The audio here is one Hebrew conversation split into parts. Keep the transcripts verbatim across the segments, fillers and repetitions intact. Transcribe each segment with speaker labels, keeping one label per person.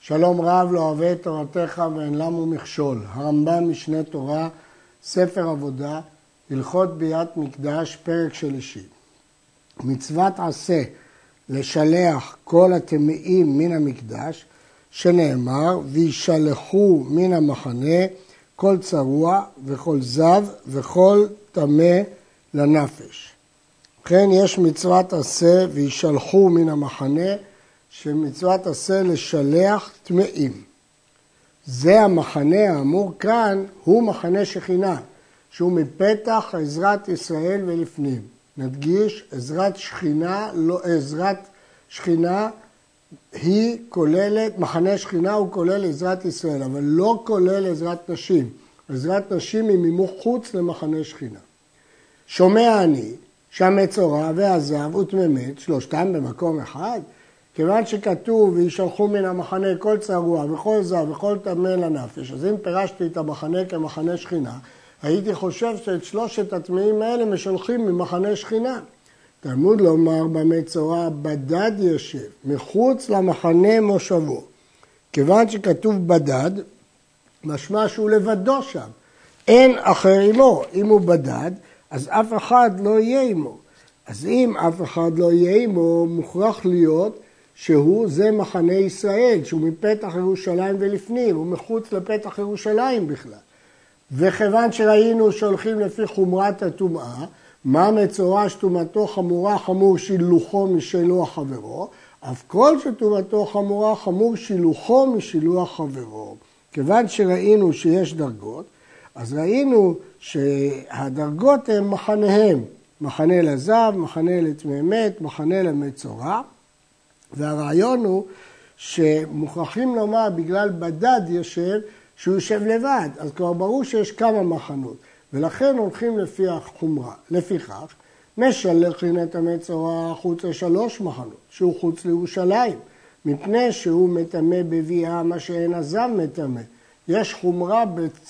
Speaker 1: שלום רב לא אוהב את תורתך ואין למו מכשול. הרמב"ם משנה תורה, ספר עבודה, הלכות ביאת מקדש, פרק שלישי. מצוות עשה לשלח כל הטמאים מן המקדש, שנאמר, וישלחו מן המחנה כל צרוע וכל זב וכל טמא לנפש. לכן יש מצוות עשה וישלחו מן המחנה, שמצוות עשה לשלח טמאים. זה המחנה האמור כאן, הוא מחנה שכינה, שהוא מפתח עזרת ישראל ולפנים. נדגיש, עזרת שכינה, לא, עזרת שכינה היא כוללת, מחנה שכינה הוא כולל עזרת ישראל, אבל לא כולל עזרת נשים. עזרת נשים היא ממוך חוץ למחנה שכינה. שומע אני שהמצורע והזב ותממת, שלושתם במקום אחד, כיוון שכתוב וישלחו מן המחנה כל צרוע וכל זב וכל טמא לנפש, אז אם פירשתי את המחנה כמחנה שכינה, הייתי חושב שאת שלושת הטמאים האלה משולחים ממחנה שכינה. תלמוד לומר במצורע בדד יושב, מחוץ למחנה מושבו. כיוון שכתוב בדד, משמע שהוא לבדו שם. אין אחר עמו. אם הוא בדד, אז אף אחד לא יהיה עמו. אז אם אף אחד לא יהיה עמו, מוכרח להיות שהוא זה מחנה ישראל, שהוא מפתח ירושלים ולפנים, הוא מחוץ לפתח ירושלים בכלל. וכיוון שראינו שהולכים לפי חומרת הטומאה, מה מצורע שטומאתו חמורה חמור שילוחו משילוח חברו, אף כל שטומאתו חמורה חמור שילוחו משילוח חברו. כיוון שראינו שיש דרגות, אז ראינו שהדרגות הן מחניהם, מחנה לזב, מחנה לטמא-מת, מחנה למצורע, והרעיון הוא שמוכרחים לומר בגלל בדד יושב שהוא יושב לבד, אז כבר ברור שיש כמה מחנות, ולכן הולכים לפי החומרה. לפיכך, משלחים את המצורע חוץ לשלוש מחנות, שהוא חוץ לירושלים, מפני שהוא מטמא בביאה מה שאין הזב מטמא. יש חומרה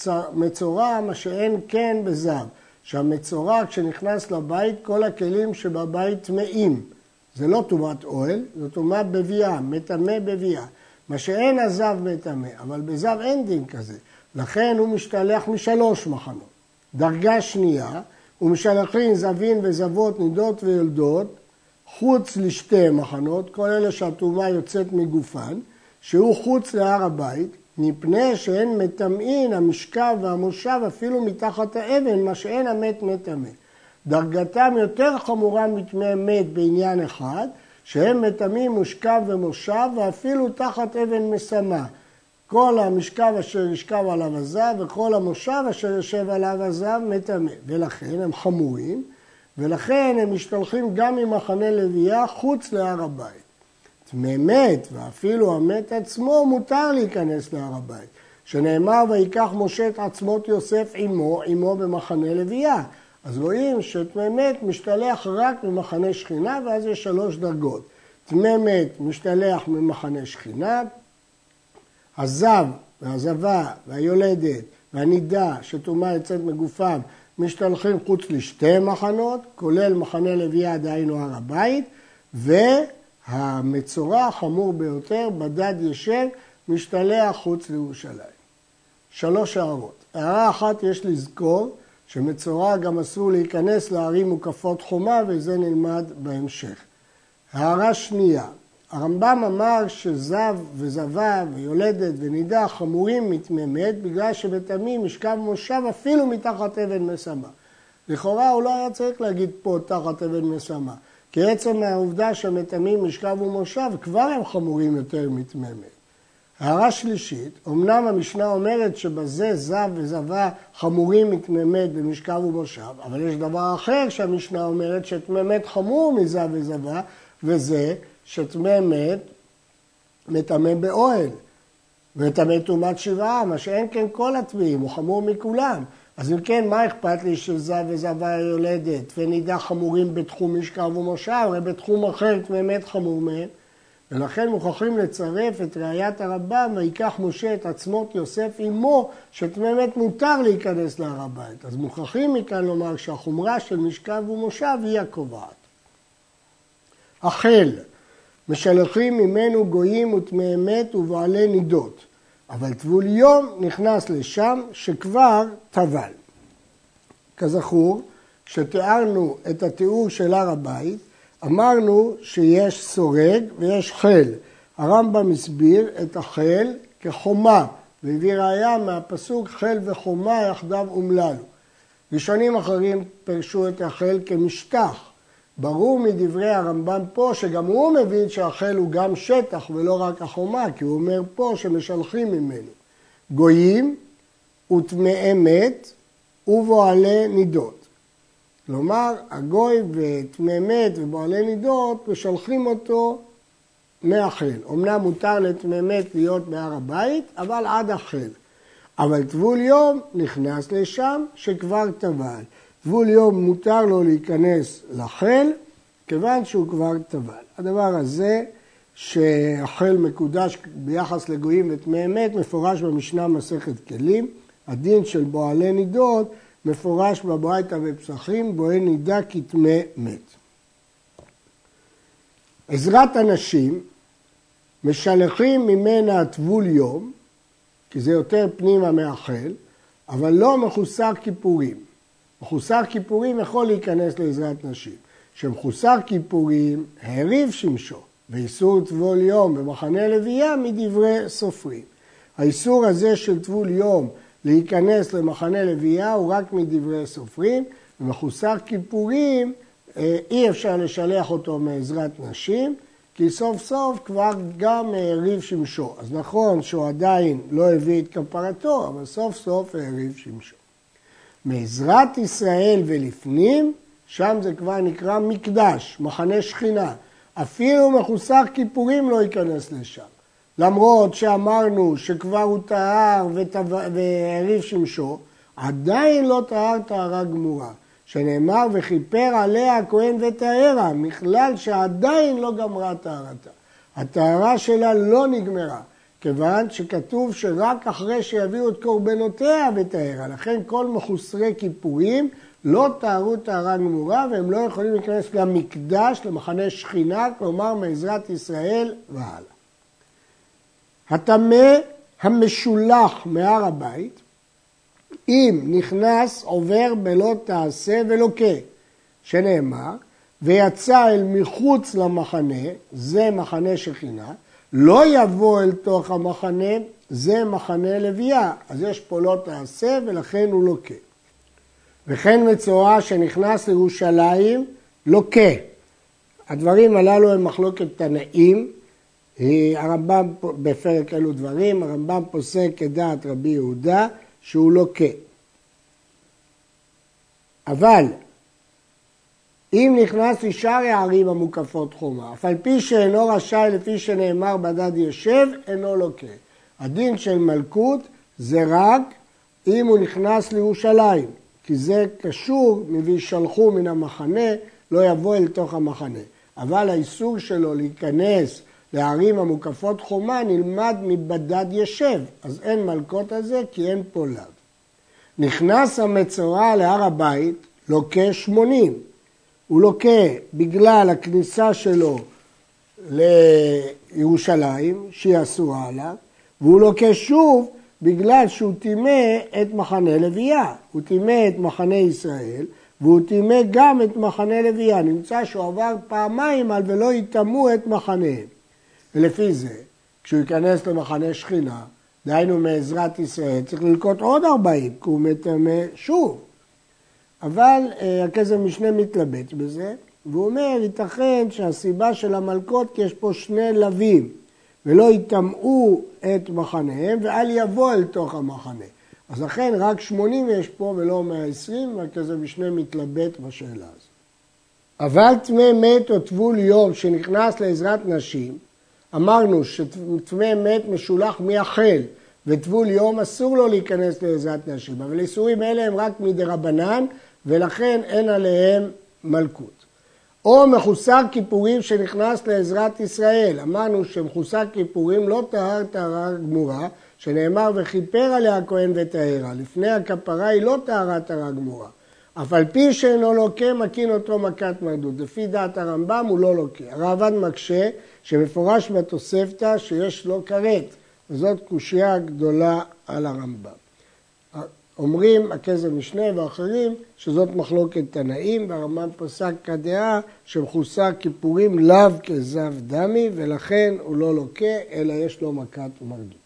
Speaker 1: במצורע מה שאין כן בזב, שהמצורע כשנכנס לבית כל הכלים שבבית טמאים. זה לא טומאת אוהל, זו טומאת בביאה, מטמא בביאה. מה שאין הזב מטמא, אבל בזב אין דין כזה. לכן הוא משתלח משלוש מחנות. דרגה שנייה, הוא משלחים זבין וזבות, נידות ויולדות, חוץ לשתי מחנות, כל אלה שהטומאה יוצאת מגופן, שהוא חוץ להר הבית, מפני שהן מטמאין המשכב והמושב אפילו מתחת האבן, מה שאין המת מטמא. דרגתם יותר חמורה מטמא מת בעניין אחד, שהם מטמאים משכב ומושב ואפילו תחת אבן משמה. כל המשכב אשר ישכב עליו הזב וכל המושב אשר יושב עליו הזב מטמא. ולכן הם חמורים, ולכן הם משתלחים גם ממחנה לוויה חוץ להר הבית. טמא מת ואפילו המת עצמו מותר להיכנס להר הבית. שנאמר ויקח משה את עצמות יוסף עמו, עמו במחנה לוויה. אז רואים שטמא מת משתלח רק ממחנה שכינה, ואז יש שלוש דרגות. טמא מת משתלח ממחנה שכינה, הזב והזבה והיולדת והנידה שטומאה יוצאת מגופם משתלחים חוץ לשתי מחנות, כולל מחנה לוויה דהיינו הר הבית, והמצורע החמור ביותר, בדד יושב, משתלח חוץ לירושלים. שלוש הערות. הערה אחת יש לזכור, שמצורע גם אסור להיכנס לערים מוקפות חומה, וזה נלמד בהמשך. הערה שנייה, הרמב"ם אמר שזב וזבה ויולדת ונידה חמורים מטמא מת, בגלל שבטמאים משכב מושב אפילו מתחת אבן משמה. לכאורה הוא לא היה צריך להגיד פה תחת אבן משמה, כי עצם מהעובדה שמטמאים משכב ומושב כבר הם חמורים יותר מטמא מת. הערה שלישית, אמנם המשנה אומרת שבזה זב וזבה חמורים מטמא מת במשכב ומושב, אבל יש דבר אחר שהמשנה אומרת שטמא מת חמור מזב וזבה, וזה שטמא מת מטמא באוהל, וטמא טומאת שבעה, מה שאין כן כל הטמאים, הוא חמור מכולם. אז אם כן, מה אכפת לי שזב וזבה יולדת ונידה חמורים בתחום משכב ומושב, הרי בתחום אחר טמא מת חמור מהם? ולכן מוכרחים לצרף את ראיית הרמב"ם, ויקח משה את עצמות יוסף עמו, שטמא מת מותר להיכנס להר הבית. אז מוכרחים מכאן לומר שהחומרה של משכב ומושב היא הקובעת. החל משלחים ממנו גויים וטמאי מת ובעלי נידות, אבל טבול יום נכנס לשם שכבר טבל. כזכור, כשתיארנו את התיאור של הר הבית, אמרנו שיש סורג ויש חיל. הרמב"ם הסביר את החיל כחומה, והביא ראיה מהפסוק חיל וחומה יחדיו אומללו. ראשונים אחרים פרשו את החיל כמשטח. ברור מדברי הרמב"ם פה שגם הוא מבין שהחיל הוא גם שטח ולא רק החומה, כי הוא אומר פה שמשלחים ממנו. גויים וטמאי מת ובועלי נידות. כלומר, הגוי וטמאי מת ובועלי נידות משלחים אותו מהחיל. אמנם מותר לטמאי מת להיות בהר הבית, אבל עד החיל. אבל טבול יום נכנס לשם שכבר טבל. טבול יום מותר לו להיכנס לחיל, כיוון שהוא כבר טבל. הדבר הזה שהחיל מקודש ביחס לגויים וטמאי מת מפורש במשנה מסכת כלים. הדין של בועלי נידות מפורש בברייתא בפסחים, בועל נידה כטמא מת. עזרת הנשים משלחים ממנה טבול יום, כי זה יותר פנימה מהחיל, אבל לא מחוסר כיפורים. מחוסר כיפורים יכול להיכנס לעזרת נשים. שמחוסר כיפורים הריב שמשו, ואיסור טבול יום במחנה לוויה מדברי סופרים. האיסור הזה של טבול יום להיכנס למחנה לוויה הוא רק מדברי סופרים, ומחוסר כיפורים אי אפשר לשלח אותו מעזרת נשים, כי סוף סוף כבר גם הריב שמשו. אז נכון שהוא עדיין לא הביא את כפרתו, אבל סוף סוף הריב שמשו. מעזרת ישראל ולפנים, שם זה כבר נקרא מקדש, מחנה שכינה. אפילו מחוסר כיפורים לא ייכנס לשם. למרות שאמרנו שכבר הוא טהר והריב שמשו, עדיין לא טהר טהרה גמורה. שנאמר וכיפר עליה הכהן וטהרה, מכלל שעדיין לא גמרה טהרתה. הטהרה שלה לא נגמרה, כיוון שכתוב שרק אחרי שיביאו את קורבנותיה וטהרה. לכן כל מחוסרי כיפורים לא טהרו טהרה גמורה, והם לא יכולים להיכנס למקדש, למחנה שכינה, כלומר מעזרת ישראל והלאה. הטמא המשולח מהר הבית, אם נכנס עובר בלא תעשה ולוקה, שנאמר, ויצא אל מחוץ למחנה, זה מחנה שכינה, לא יבוא אל תוך המחנה, זה מחנה לוויה. אז יש פה לא תעשה ולכן הוא לוקה. וכן מצורע שנכנס לירושלים, לוקה. הדברים הללו הם מחלוקת תנאים, הרמב"ם בפרק אלו דברים, הרמב"ם פוסק כדעת רבי יהודה, שהוא לוקה. אבל אם נכנס לשאר הערים המוקפות חומה, אף על פי שאינו רשאי לפי שנאמר בדד יושב, אינו לוקה. הדין של מלכות זה רק אם הוא נכנס לירושלים, כי זה קשור מ"וישלחו מן המחנה", לא יבוא אל תוך המחנה. אבל האיסור שלו להיכנס לערים המוקפות חומה נלמד מבדד ישב, אז אין מלכות על זה כי אין פה לאו. נכנס המצורע להר הבית, לוקה שמונים. הוא לוקה בגלל הכניסה שלו לירושלים, שהיא אסורה עליו, והוא לוקה שוב בגלל שהוא טימא את מחנה לוויה. הוא טימא את מחנה ישראל, והוא טימא גם את מחנה לוויה. נמצא שהוא עבר פעמיים על ולא יטמאו את מחניהם. ולפי זה, כשהוא ייכנס למחנה שכינה, דהיינו מעזרת ישראל, צריך ללקוט עוד ארבעים, כי הוא מטמא שוב. אבל הכסף משנה מתלבט בזה, והוא אומר, ייתכן שהסיבה של המלכות, כי יש פה שני לווים, ולא יטמאו את מחניהם, ואל יבוא אל תוך המחנה. אז לכן רק שמונים יש פה ולא מאה ועשרים, והכסף משנה מתלבט בשאלה הזו. אבל טמא מת או טבול יום שנכנס לעזרת נשים, אמרנו שטמא מת משולח מהחל, וטבול יום אסור לו להיכנס לעזרת נשים, אבל איסורים אלה הם רק מדרבנן, ולכן אין עליהם מלכות. או מחוסר כיפורים שנכנס לעזרת ישראל, אמרנו שמחוסר כיפורים לא טהר טהרה גמורה, שנאמר וכיפר עליה הכהן וטהרה, לפני הכפרה היא לא טהרה טהרה גמורה. אף על פי שאינו לוקה, מקין אותו מכת מרדות. לפי דעת הרמב"ם הוא לא לוקה. הרעב"ד מקשה שמפורש בתוספתא שיש לו כרת, וזאת קושיה גדולה על הרמב"ם. אומרים הכסף משנה ואחרים שזאת מחלוקת תנאים, והרמב"ם פסק כדעה שמכוסה כיפורים לאו כזב דמי, ולכן הוא לא לוקה אלא יש לו מכת מרדות.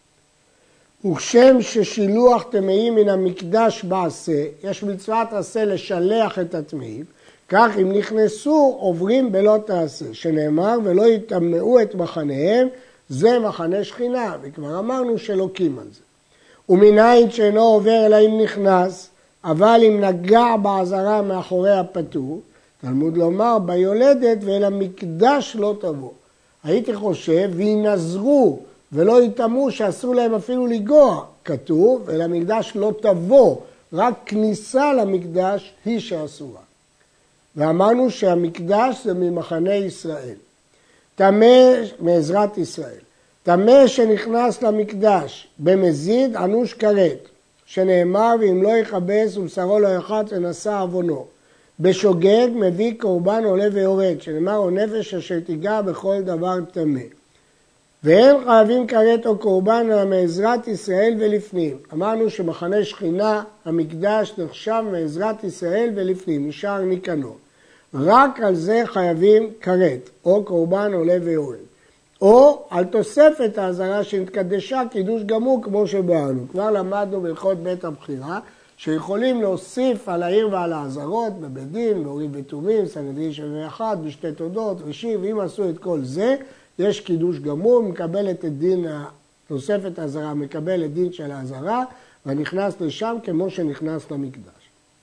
Speaker 1: וכשם ששילוח טמאים מן המקדש בעשה, יש מצוות עשה לשלח את הטמאים, כך אם נכנסו עוברים בלא תעשה, שנאמר ולא יטמאו את מחניהם, זה מחנה שכינה, וכבר אמרנו שלוקים על זה. ומנין שאינו עובר אלא אם נכנס, אבל אם נגע בעזרה מאחורי הפטור, תלמוד לומר ביולדת ואל המקדש לא תבוא. הייתי חושב וינזרו ולא יטמאו שאסור להם אפילו לגוע, כתוב אל המקדש לא תבוא, רק כניסה למקדש היא שאסורה. ואמרנו שהמקדש זה ממחנה ישראל, טמא מעזרת ישראל. טמא שנכנס למקדש במזיד אנוש כרת, שנאמר ואם לא יכבס ובשרו לא יחץ ונשא עוונו. בשוגג מביא קורבן עולה ויורד, שנאמר או נפש אשר תיגע בכל דבר טמא. והם חייבים כרת או קורבן על מעזרת ישראל ולפנים. אמרנו שמחנה שכינה, המקדש נחשב מעזרת ישראל ולפנים, משער ניקנור. רק על זה חייבים כרת או קורבן עולה ויורד. או על תוספת העזרה שנתקדשה קידוש גמור כמו שבאנו. כבר למדנו בהלכות בית הבחירה שיכולים להוסיף על העיר ועל העזרות בבית דין, באורים ותומים, סנהדרין שבע אחד, בשתי תודות, ראשי, ואם עשו את כל זה, יש קידוש גמור, מקבלת את דין, תוספת העזרה, מקבל את דין של העזרה, ונכנס לשם כמו שנכנס למקדש.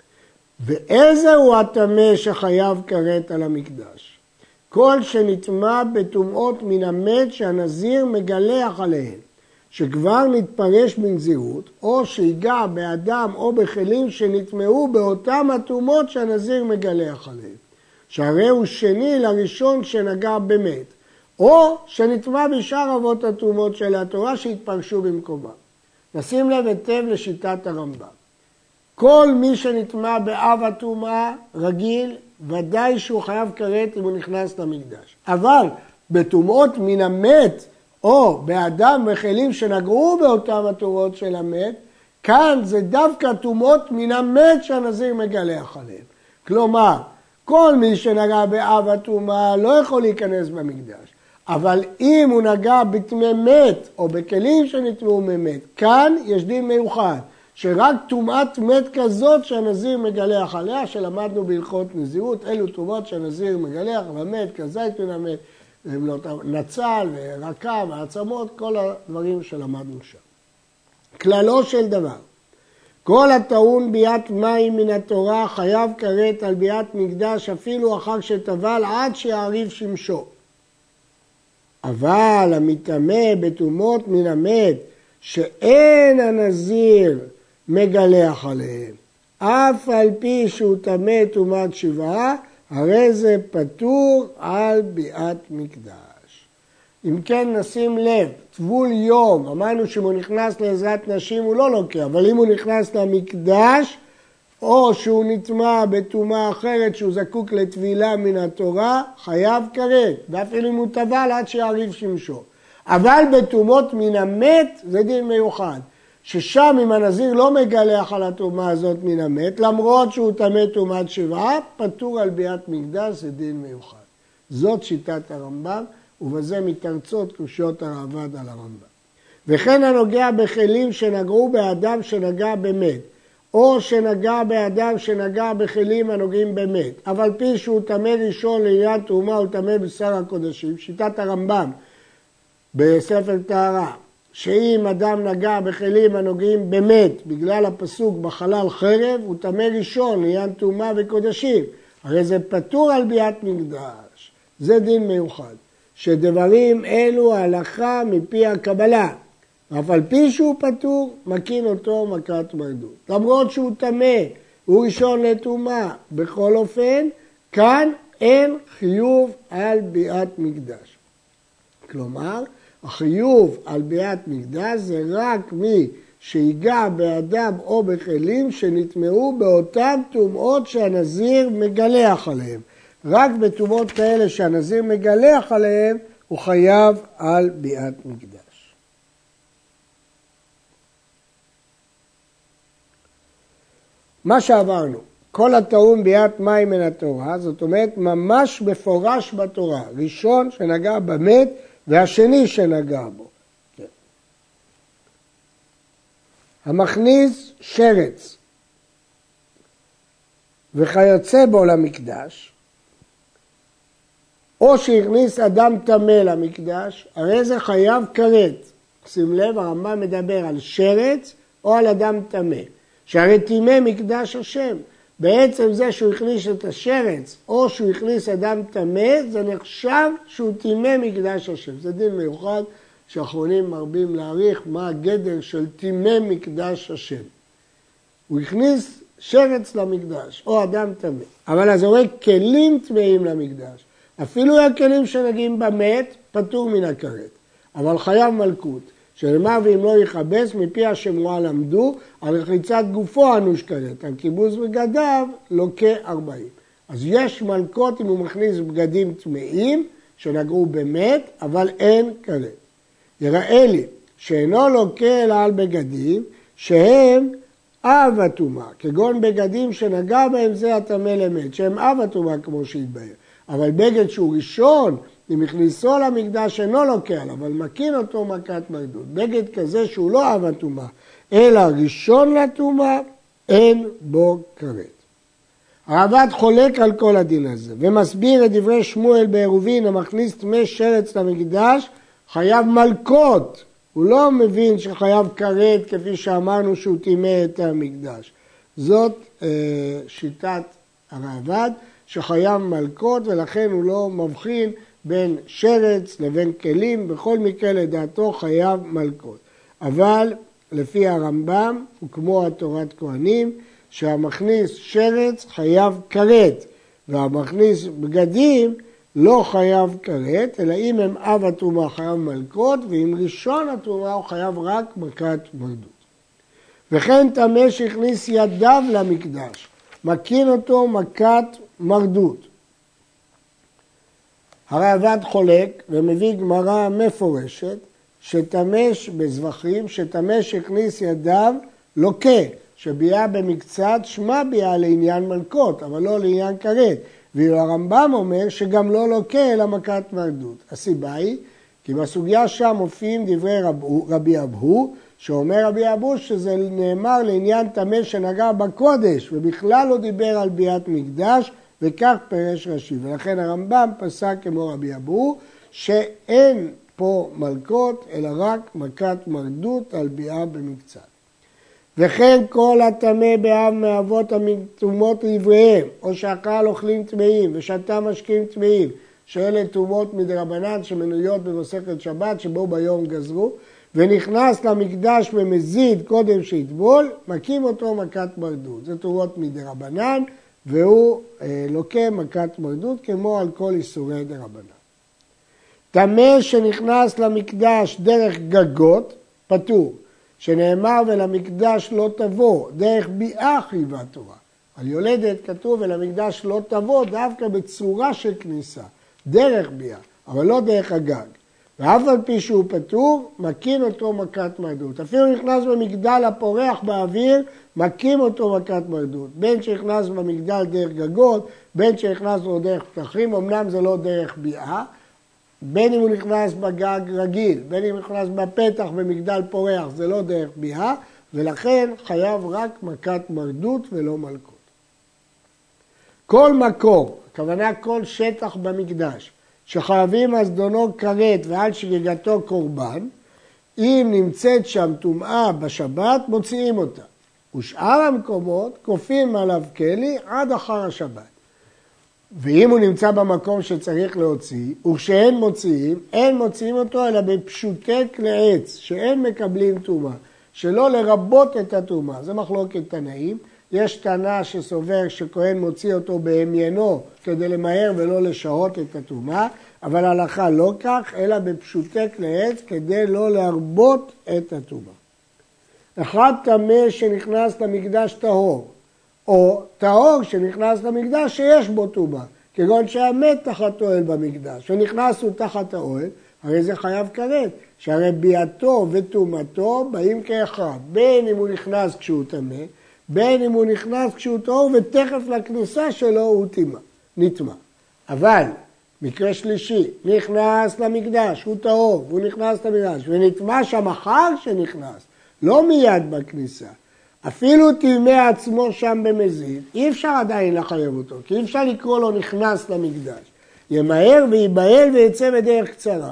Speaker 1: ואיזה הוא הטמא שחייב כרת על המקדש? כל שנטמא בטומאות מן המת שהנזיר מגלח עליהן, שכבר נתפרש בנזירות, או שיגע באדם או בכלים שנטמאו באותם הטומאות שהנזיר מגלח עליהן, שהרי הוא שני לראשון שנגע במת, או שנטמא בשאר אבות הטומאות של התורה שהתפרשו במקומה. נשים לב היטב לשיטת הרמב"ם. כל מי שנטמא באב הטומאה רגיל, ודאי שהוא חייב כרת אם הוא נכנס למקדש. אבל בטומאות מן המת, או באדם וכלים שנגעו באותם הטומאות של המת, כאן זה דווקא טומאות מן המת שהנזיר מגלח עליהם. כלומר, כל מי שנגע באב הטומאה לא יכול להיכנס במקדש. אבל אם הוא נגע בטמא מת או בכלים שנטמאו ממת, כאן יש דין מיוחד, שרק טומאת מת כזאת שהנזיר מגלח עליה, שלמדנו בהלכות נזירות, אלו טומאות שהנזיר מגלח, והמת כזית מן המת, נצל ורקע ועצמות, כל הדברים שלמדנו שם. כללו של דבר, כל הטעון ביאת מים מן התורה חייב כרת על ביאת מקדש אפילו אחר שטבל עד שיעריב שמשו. אבל המטמא בטומאות מן המת שאין הנזיר מגלח עליהם, אף על פי שהוא טמא טומאת שבעה, הרי זה פטור על ביאת מקדש. אם כן נשים לב, טבול יום, אמרנו שאם הוא נכנס לעזרת נשים הוא לא לוקח, אבל אם הוא נכנס למקדש, או שהוא נטמא בטומאה אחרת שהוא זקוק לטבילה מן התורה, חייב כרת, ואפילו אם הוא טבל עד שיעריב שמשו. אבל בטומאות מן המת זה דין מיוחד, ששם אם הנזיר לא מגלח על הטומאה הזאת מן המת, למרות שהוא טמא טומאת שבעה, פטור על ביאת מקדש זה דין מיוחד. זאת שיטת הרמב"ם, ובזה מתרצות קושיות הראב"ד על הרמב"ם. וכן הנוגע בכלים שנגעו באדם שנגע במת, או שנגע באדם שנגע בכלים הנוגעים במת, אבל פי שהוא טמא ראשון לעניין תרומה הוא טמא בשר הקודשים, שיטת הרמב"ם בספר טהרה, שאם אדם נגע בכלים הנוגעים במת בגלל הפסוק בחלל חרב, הוא טמא ראשון לעניין תרומה וקודשים, הרי זה פטור על ביאת מקדש. זה דין מיוחד, שדברים אלו ההלכה מפי הקבלה, אף על פי שהוא פטור, מקין אותו מכת מרדות. למרות שהוא טמא, הוא ראשון לטומאה, בכל אופן, כאן אין חיוב על ביאת מקדש. כלומר, החיוב על ביאת מקדש זה רק מי שיגע באדם או בכלים שנטמאו באותן טומאות שהנזיר מגלח עליהם. רק בטומאות כאלה שהנזיר מגלח עליהם, הוא חייב על ביאת מקדש. מה שעברנו, כל הטעון ביאת מים מן התורה, זאת אומרת ממש מפורש בתורה, ראשון שנגע במת והשני שנגע בו. כן. המכניס שרץ וכיוצא בו למקדש, או שהכניס אדם טמא למקדש, הרי זה חייב כרת. שים לב, הרמב"ם מדבר על שרץ או על אדם טמא, שהרי טימא מקדש השם. בעצם זה שהוא הכניס את השרץ או שהוא הכניס אדם טמא, זה נחשב שהוא טימא מקדש השם. זה דין מיוחד שאחרונים מרבים להעריך מה הגדר של טימא מקדש השם. הוא הכניס שרץ למקדש או אדם טמא, אבל אז הוא רואה כלים טמאים למקדש. אפילו הכלים שנגעים במת פטור מן הכרת, אבל חייב מלכות. שנאמר ואם לא יכבס מפי השמועה למדו, על רחיצת גופו אנוש כרת, על כיבוס בגדיו לוקה ארבעים. אז יש מלכות אם הוא מכניס בגדים טמאים שנגעו במת, אבל אין כרת. יראה לי שאינו לוקה אלא על בגדים שהם אב הטומאה, כגון בגדים שנגע בהם זה הטמא למת, שהם אב הטומאה כמו שהתבהר. אבל בגד שהוא ראשון, אם הכניסו למקדש אינו לוקה עליו, אבל מקין אותו מכת מרדות. בגד כזה שהוא לא אב הטומאה, אלא ראשון לטומאה, אין בו כרת. הרב"ד חולק על כל הדין הזה, ומסביר את דברי שמואל בעירובין, המכניס טמא שרץ למקדש, חייב מלכות. הוא לא מבין שחייב כרת כפי שאמרנו שהוא טימא את המקדש. זאת אה, שיטת הרב"ד, שחייב מלכות, ולכן הוא לא מבחין בין שרץ לבין כלים, בכל מקרה לדעתו חייב מלכות. אבל לפי הרמב"ם, הוא כמו התורת כהנים, שהמכניס שרץ חייב כרת, והמכניס בגדים לא חייב כרת, אלא אם הם אב הטומאה חייב מלכות, ואם ראשון הטומאה הוא חייב רק מכת מרדות. וכן טמא שהכניס ידיו למקדש, מקין אותו מכת מרדות. הרב"ד חולק ומביא גמרא מפורשת שטמא בזבחים, שטמא שהכניס ידיו לוקה, שביאה במקצת שמה ביאה לעניין מלכות, אבל לא לעניין כרת. והרמב"ם אומר שגם לא לוקה אלא מכת מרדות. הסיבה היא כי בסוגיה שם מופיעים דברי רב, רבי אבהו, שאומר רבי אבהו שזה נאמר לעניין טמא שנגע בקודש, ובכלל לא דיבר על ביאת מקדש, וכך פרש רש"י. ולכן הרמב"ם פסק כמו רבי אבהו, שאין פה מלכות, אלא רק מכת מרדות על ביאה במקצת. וכן כל הטמא באב מאבות הטומאות לעבריהם, או שאכל אוכלים טמאים ושתה משקים טמאים, שאלה טומאות מדרבנן שמנויות במסכת שבת שבו ביום גזרו, ונכנס למקדש במזיד קודם שיטבול, מקים אותו מכת מרדות. זה טומאות מדרבנן, והוא אה, לוקה מכת מרדות כמו על כל איסורי דרבנן. טמא שנכנס למקדש דרך גגות, פטור. שנאמר ולמקדש לא תבוא, דרך ביאה חייבה תורה. על יולדת כתוב ולמקדש לא תבוא דווקא בצורה של כניסה, דרך ביאה, אבל לא דרך הגג. ואף על פי שהוא פטור, מקין אותו מכת מרדות. אפילו נכנס במגדל הפורח באוויר, מקים אותו מכת מרדות. בין שנכנס במגדל דרך גגות, בין שנכנס לו דרך פתחים, אמנם זה לא דרך ביאה, בין אם הוא נכנס בגג רגיל, בין אם הוא נכנס בפתח במגדל פורח, זה לא דרך ביאה, ולכן חייב רק מכת מרדות ולא מלכות. כל מקור, הכוונה כל שטח במקדש, שחייבים הזדונו כרת ועל שגגתו קורבן, אם נמצאת שם טומאה בשבת, מוציאים אותה. ושאר המקומות כופים עליו כלי עד אחר השבת. ואם הוא נמצא במקום שצריך להוציא, וכשאין מוציאים, אין מוציאים אותו אלא בפשוטי כלי עץ, שאין מקבלים טומאה, שלא לרבות את הטומאה. זה מחלוקת תנאים. יש טענה שסובר שכהן מוציא אותו בהמיינו כדי למהר ולא לשהות את הטומאה, אבל ההלכה לא כך, אלא בפשוטי כלי עץ כדי לא להרבות את הטומאה. אחד טמא שנכנס למקדש טהור, או טהור שנכנס למקדש שיש בו טומאה, כגון שהמת תחת אוהל במקדש, ונכנס הוא תחת האוהל, הרי זה חייב כרת, שהרי ביאתו וטומאתו באים כאחד, בין אם הוא נכנס כשהוא טמא, בין אם הוא נכנס כשהוא טהור, ותכף לכניסה שלו הוא נטמא. אבל מקרה שלישי, נכנס למקדש, הוא טהור, והוא נכנס למקדש, ונטמא שם אחר שנכנס, לא מיד בכניסה. אפילו טימא עצמו שם במזיד, אי אפשר עדיין לחייב אותו, כי אי אפשר לקרוא לו נכנס למקדש. ימהר וייבהל ויצא בדרך קצרה.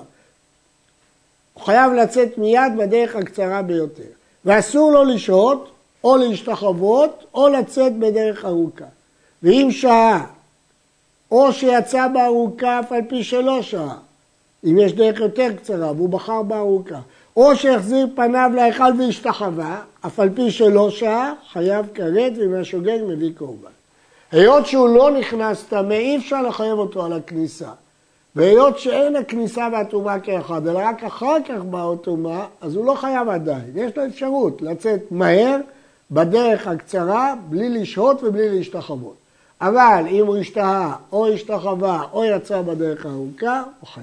Speaker 1: הוא חייב לצאת מיד בדרך הקצרה ביותר. ואסור לו לשהות, או להשתחוות, או לצאת בדרך ארוכה. ואם שעה, או שיצא בארוכה אף על פי שלא שעה, אם יש דרך יותר קצרה והוא בחר בארוכה, או שהחזיר פניו להיכל והשתחווה, אף על פי שלא שעה, חייב כרת ואם השוגג מביא קורבן. היות שהוא לא נכנס טמא, אי אפשר לחייב אותו על הכניסה. והיות שאין הכניסה והטומאה כאחד, אלא רק אחר כך באה הטומאה, אז הוא לא חייב עדיין. יש לו אפשרות לצאת מהר בדרך הקצרה, בלי לשהות ובלי להשתחוות. אבל אם הוא השתהה או השתחווה או יצא בדרך הארוכה, הוא חייב.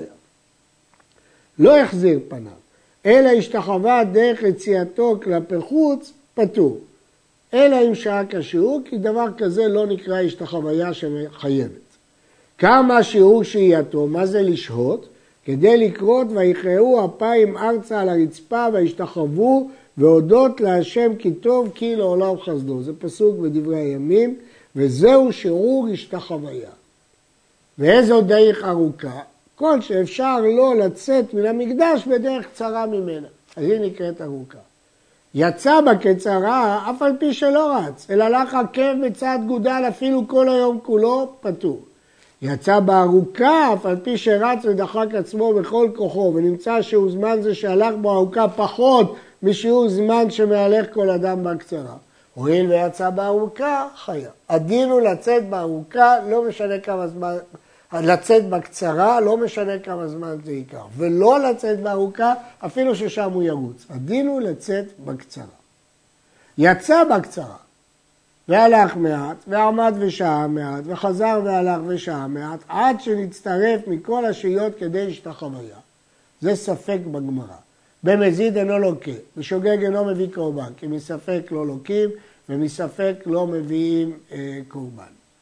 Speaker 1: לא יחזיר פניו, אלא השתחווה דרך יציאתו כלפי חוץ, פטור. אלא אם שעה כשיעור, כי דבר כזה לא נקרא השתחוויה שמחייבת. כמה שיעור שהייתו, מה זה לשהות? כדי לקרות ויקראו אפיים ארצה על הרצפה וישתחוו והודות להשם כי טוב כי לעולם חסדו. זה פסוק בדברי הימים, וזהו שיעור השתחוויה. ואיזו דרך ארוכה? כל שאפשר לא לצאת מן המקדש בדרך קצרה ממנה. אז היא נקראת ארוכה. יצא בקצרה אף על פי שלא רץ, אלא הלך עקב בצד גודל אפילו כל היום כולו פטור. יצא בארוכה אף על פי שרץ ודחק עצמו בכל כוחו, ונמצא שהוא זמן זה שהלך בארוכה פחות משיעור זמן שמהלך כל אדם בקצרה. הואיל ויצא בארוכה, חייב. הדין הוא לצאת בארוכה, לא משנה כמה זמן, לצאת בקצרה, לא משנה כמה זמן זה ייקח. ולא לצאת בארוכה, אפילו ששם הוא ירוץ. הדין הוא לצאת בקצרה. יצא בקצרה, והלך מעט, ועמד ושעה מעט, וחזר והלך ושעה מעט, עד שנצטרף מכל השהיות כדי השתחוויה. זה ספק בגמרא. במזיד אינו לוקה, ושוגג אינו מביא קורבן, כי מספק לא לוקים, ומספק לא מביאים אה, קורבן.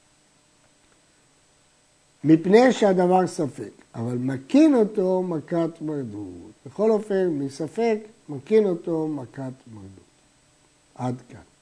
Speaker 1: מפני שהדבר ספק, אבל מקין אותו מכת מרדות. בכל אופן, מספק, מקין אותו מכת מרדות. עד כאן.